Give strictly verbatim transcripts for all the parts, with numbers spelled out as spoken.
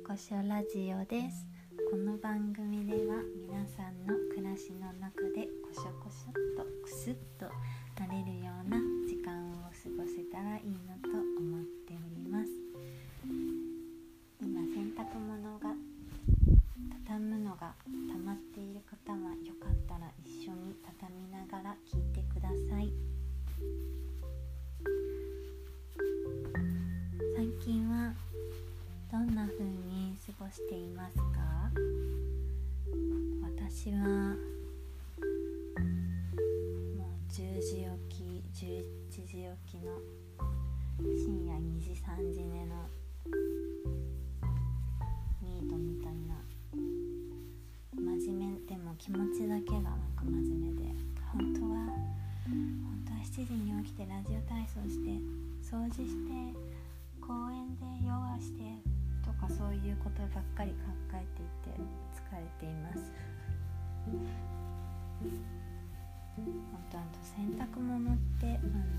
こしょラジオです。この番組では皆さんの暮らしの中でこしょこしょっとクスッとなれるような時間を過ごせたらいいなと思っております。今洗濯物が畳むのが溜まっている方はよかったら一緒に畳みながら聞いてください。最近はどんな風に過ごしていますか？私はもうじゅうじ起き、じゅういちじ起きの深夜にじさんじ寝のニートみたいな、真面目でも気持ちだけがなんか真面目で、本当は本当はしちじに起きてラジオ体操して掃除して公園でヨガしてとかそういうことばっかり考えていて疲れています。本当は洗濯物ってあの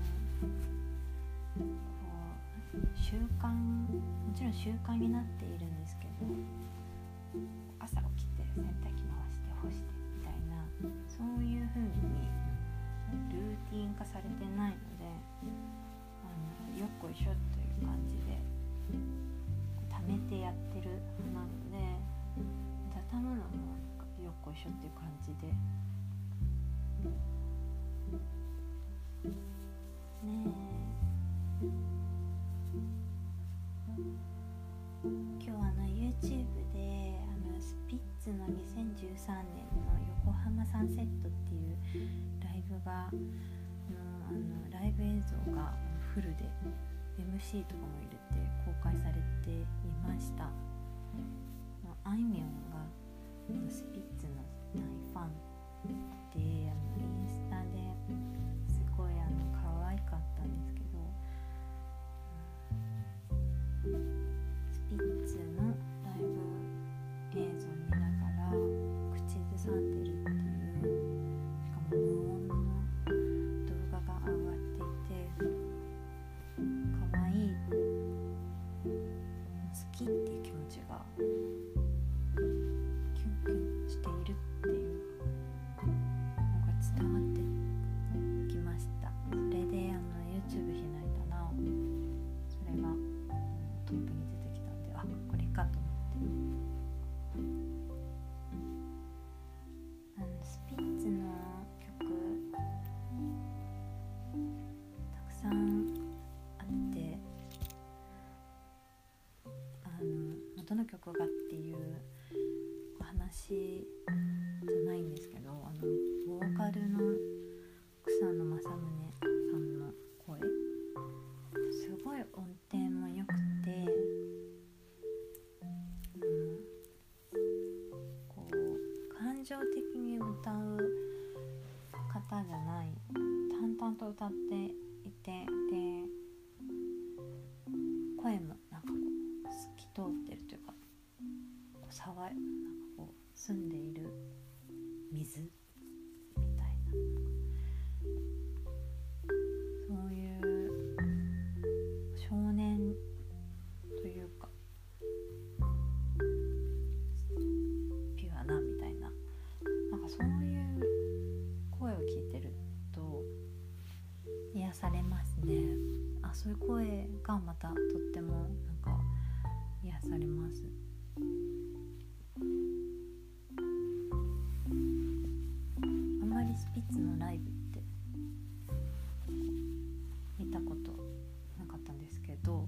こう習慣もちろん習慣になっているんですけど、朝起きて洗濯機回して干してみたいな、そういう風にルーティン化されてないので、あのよっこいしょという感じで溜めてやってるなので、畳むのもよっこいしょっていう感じでねえ。今日あの YouTube であのスピッツのにせんじゅうさんねんの横浜サンセットっていうライブがのあのライブ映像がフルで エムシー とかも入れて公開されていました。あいみょんがスピッツの大ファンで、あのインスタですごいあの可愛かったんですけど、スピッツのライブ映像を見ながら口ずさんでるっていう、しかも無音の動画が上がっていて、可愛い、好きっていう気持ちがキュンキュンしているっていうのが伝わってきました。それであの YouTube 開いたらそれがトップに出てきたんで、あ、これかと思ってあのスピッツの曲たくさんあって、あのどの曲がっていう話じゃないんですけど、あのボーカルの草野正宗さんの声すごい音程も良くて、うん、こう感情的に歌う方じゃない、淡々と歌っていて、で声もなんかこう透き通ってるというか、こう爽やなんかこう澄んでいる水みたいな、そういう少年というかピュアなみたいな、なんかそういう声を聞いてると癒されますね。あ、そういう声がまたとってもなんか癒されます。あんまりスピッツのライブって見たことなかったんですけど、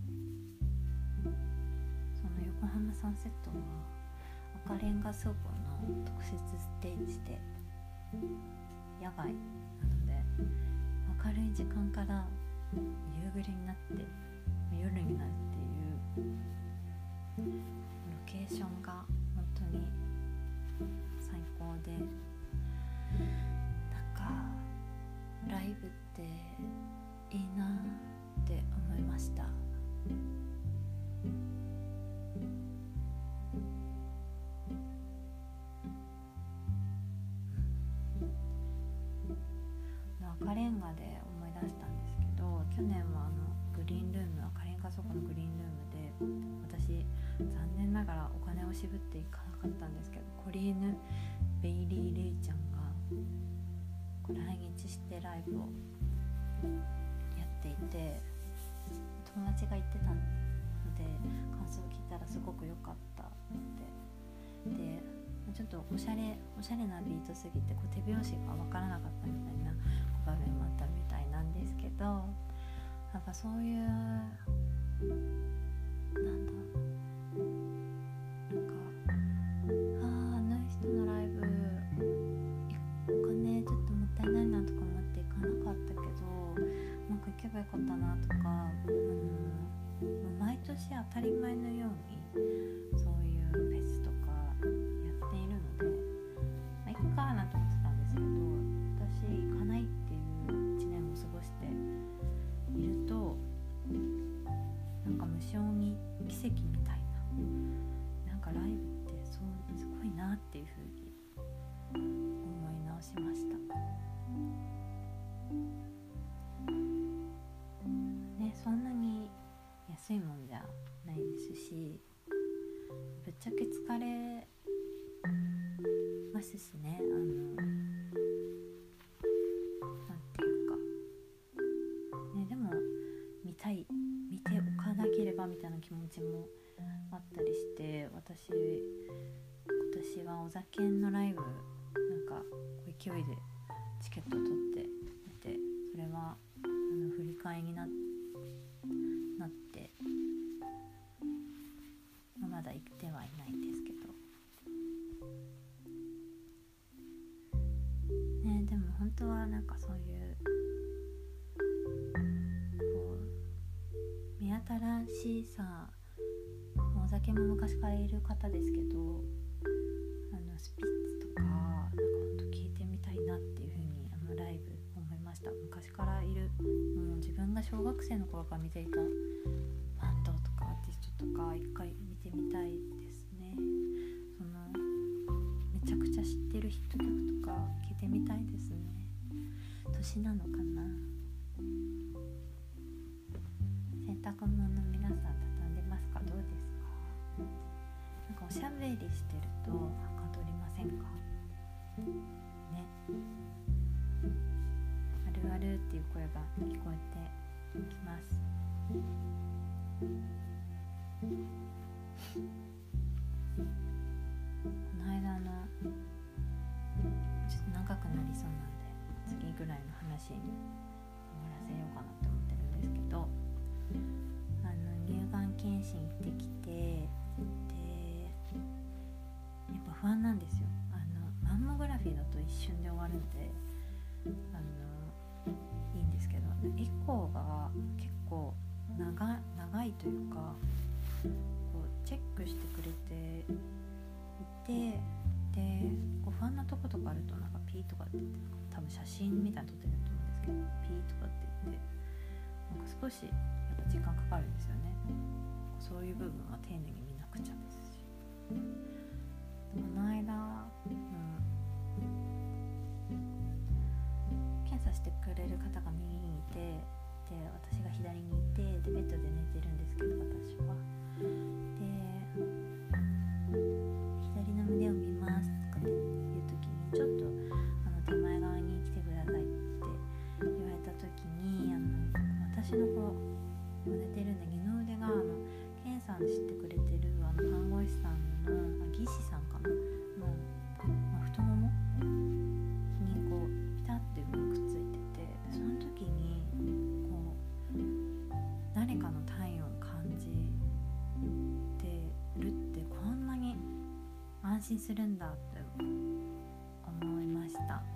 その横浜サンセットは赤レンガ倉庫の特設ステージで野外なので、明るい時間から夕暮れになって夜になるっていうロケーションが本当に最高で、なんかライブっていいなって思いました。赤レンガで思い出したんですけど、去年はあのグリーンルーム、赤レンガ倉庫のグリーンルームで私残念ながらお金を渋っていかなかったんですけど、コリーヌ・ベイリー・レイちゃんが来日してライブをやっていて、友達が行ってたので感想を聞いたらすごく良かったってで、ちょっとおしゃれおしゃれなビートすぎてこう手拍子が分からなかったみたいな場面もあったみたいなんですけど、やっぱそういうなんだなんかあああの人のライブお金ちょっともったいないなとか思って行かなかったけど、なんか行けばよかったなとか、あの毎年当たり前のようにそういうフェスとかやっているので、まあ、行くかなと思ってたんですけど、私行かないっていういちねんを過ごしていると、なんか無性に奇跡みたいな、なんかライブってそうすごいなっていう風に思い直しましたね。そんなに安いもんじゃないですし、ぶっちゃけ疲れますしね、あのなんていうか、ね、でも見たい見ておかなければみたいな気持ちもあったりして、私今年はお酒のライブなんか勢いでチケットを取ってみて、それはあの振り替えになってなって、まあ、まだ行ってはいないんですけどね。でも本当はなんかそういうこう目新しさ、お酒も昔からいる方ですけど、あのスピッツとかなんか本当聞いてみたいなっていう風にあのライブ思いました。昔からいる、もう自分が小学生の頃から見ていたバンドとかアーティストとか一回見てみたいですね。そのめちゃくちゃ知ってるヒット曲とか聞いてみたいですね。年なのかな。洗濯物皆さん畳んでますか？どうですか？なんかおしゃべりしてるとはかどりませんかね。あるあるっていう声が聞こえてきます。この間のちょっと長くなりそうなんで次ぐらいの話に終わらせようかなと思ってるんですけど、あの乳がん検診行ってきて、でやっぱ不安なんですよ。あのマンモグラフィーだと一瞬で終わるのであのいいんですけど、エコーが結構 長, 長いというか、こうチェックしてくれていて、でこう不安なとことかあるとなんかピーとかって言って多分写真みたいに撮ってると思うんですけど、ピーとかって言ってなんか少しやっぱ時間かかるんですよね。そういう部分は丁寧に見なくちゃですし、この間、うん、検査してくれる方が右にいて、で私が左にいて、でベッドで寝てるんですけど、私はで左の胸を見ますとかっていう時に、ちょっとあの手前側に来てくださいって言われた時に、あの私のこう寝てるんで二の腕があのケンさんしてくれてるあの看護師さんの技師さんかなの、まあ、太ももにこうピタッてくっついてて、その時にこう誰かの体温を感じてるってこんなに安心するんだって思いました。あ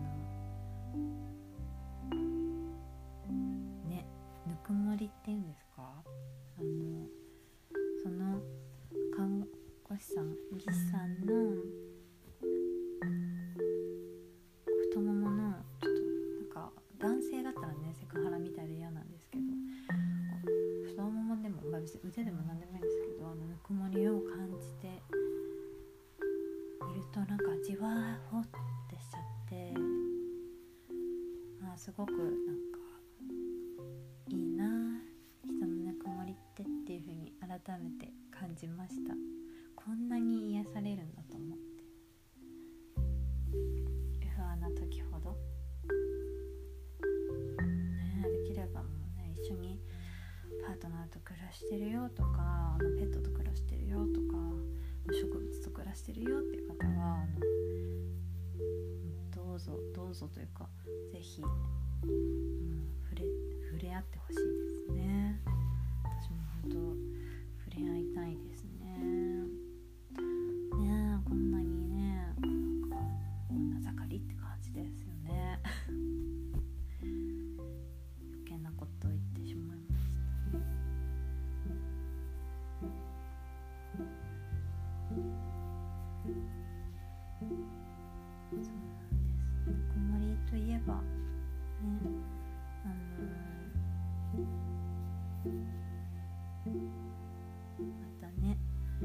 のね、ぬくもりっていうんですか、あのその看護師さん、技師さんの太もものちょっとなんか男性だったらねセクハラみたいで嫌なんですけど、太ももでも、まあ、別に腕でも何でもいいんですけど、あのぬくもりを感じているとなんかじわーほってしちゃって、あすごくなんかいいな人のぬくもりってっていう風に改めて感じました。 こんなに癒されるんだと思って、不安な時ほどね、できればもうね、一緒にパートナーと暮らしてるよとか、あのペットと暮らしてるよとか、植物と暮らしてるよっていう方は、あのどうぞどうぞというか、ぜひ、うん、触れ触れ合ってほしいですね。私も本当触れ合いたいですね。ねえ、こんなにね、なんか女盛りって感じですよね。余計なことを言ってしまいました。そうなんです。ぬくもりといえばね、あのー、またね、こ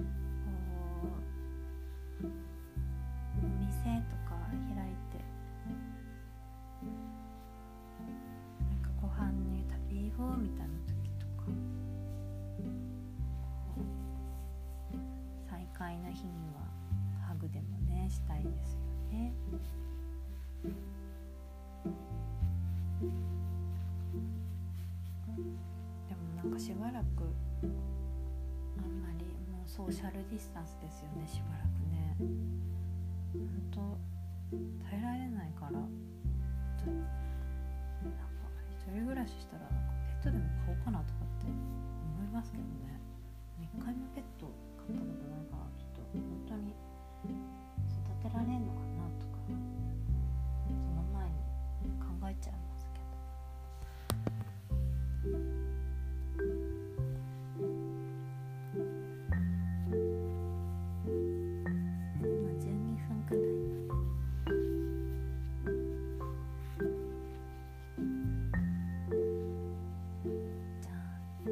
うお店とか開いて、なんかご飯に食べようみたいな時とか、再会の日にはハグでもね、したいですよね。でもなんかしばらくあんまりもうソーシャルディスタンスですよね。しばらくね、ほんと耐えられないから、なんか一人暮らししたらなんかペットでも買おうかなとかって思いますけどね。一回もペット飼ったことないから、ちょっと本当に育てられんのかなとか、その前に考えちゃいますけど。今じゅうにふんくらいじゃあちょ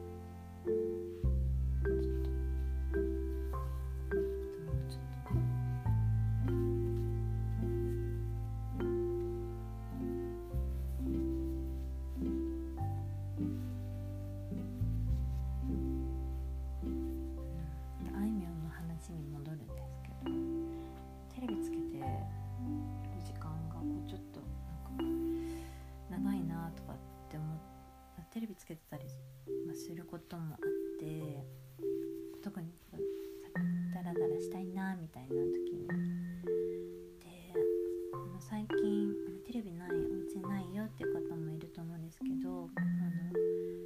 っともうちょっとあいみょんの話に戻るんですけど、テレビつけてる時間がこうちょっとなんか長いなとかって思って、テレビつけてたりすることもあって、特にダラダラしたいなみたいな時に、であの最近テレビない、お家ないよっていう方もいると思うんですけど、あの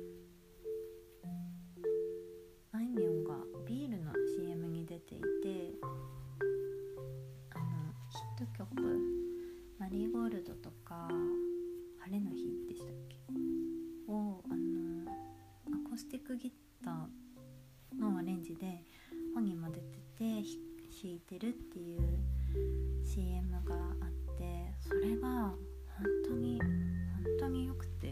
あいみょんがビールの シーエム に出ていて、あのヒット曲マリーゴールドとか晴れの日でしたっけを、あのアコースティックギターのアレンジで本人も出てて弾いてるっていう シーエム があって、それが本当に本当に良くて、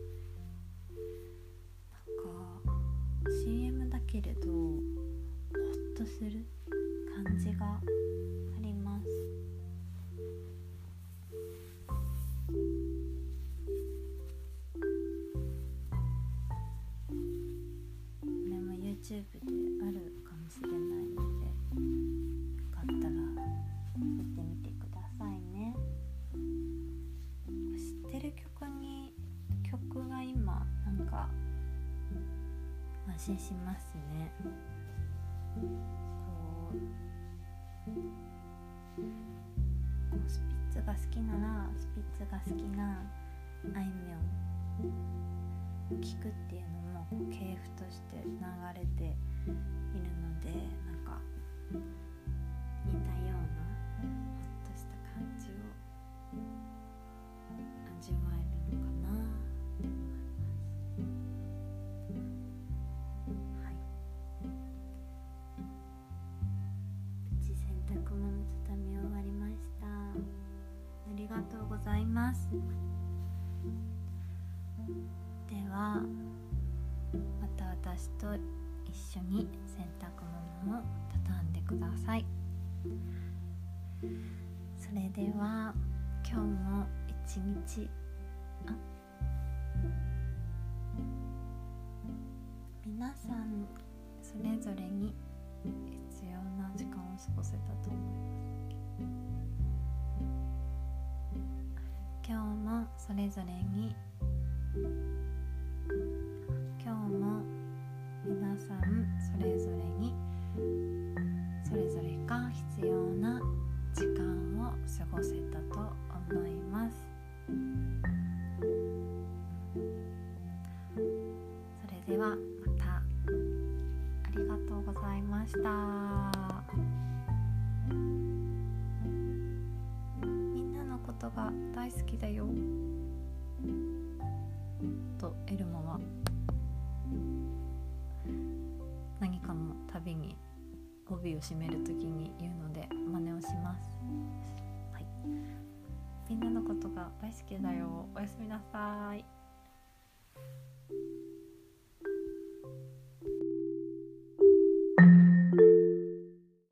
なんか シーエム だけれどホッとする感じがあります。これも YouTube であるかもしれないので、よかったら見てみてくださいね。知ってる曲に曲が今なんか安心しますね。こうこうスピッツが好きならスピッツが好きなあいみょんを聴くっていうのもこう系譜として流れているので、なんか似たようなほっとした感じを味わえるのかなって思います。はい。プチ洗濯物畳み終わりました。ありがとうございます。ではまた私と一緒に洗濯物を畳んでください。それでは今日も一日あ皆さんそれぞれに必要今日もそれぞれに今日も皆さんそれぞれにそれぞれが必要な時間を過ごせたと思います。それではまた。ありがとうございました。みんなのことが大好きだよとエルマは何かの度に帯を締めるときに言うので真似をします。はい、みんなのことが大好きだよ。おやすみなさい。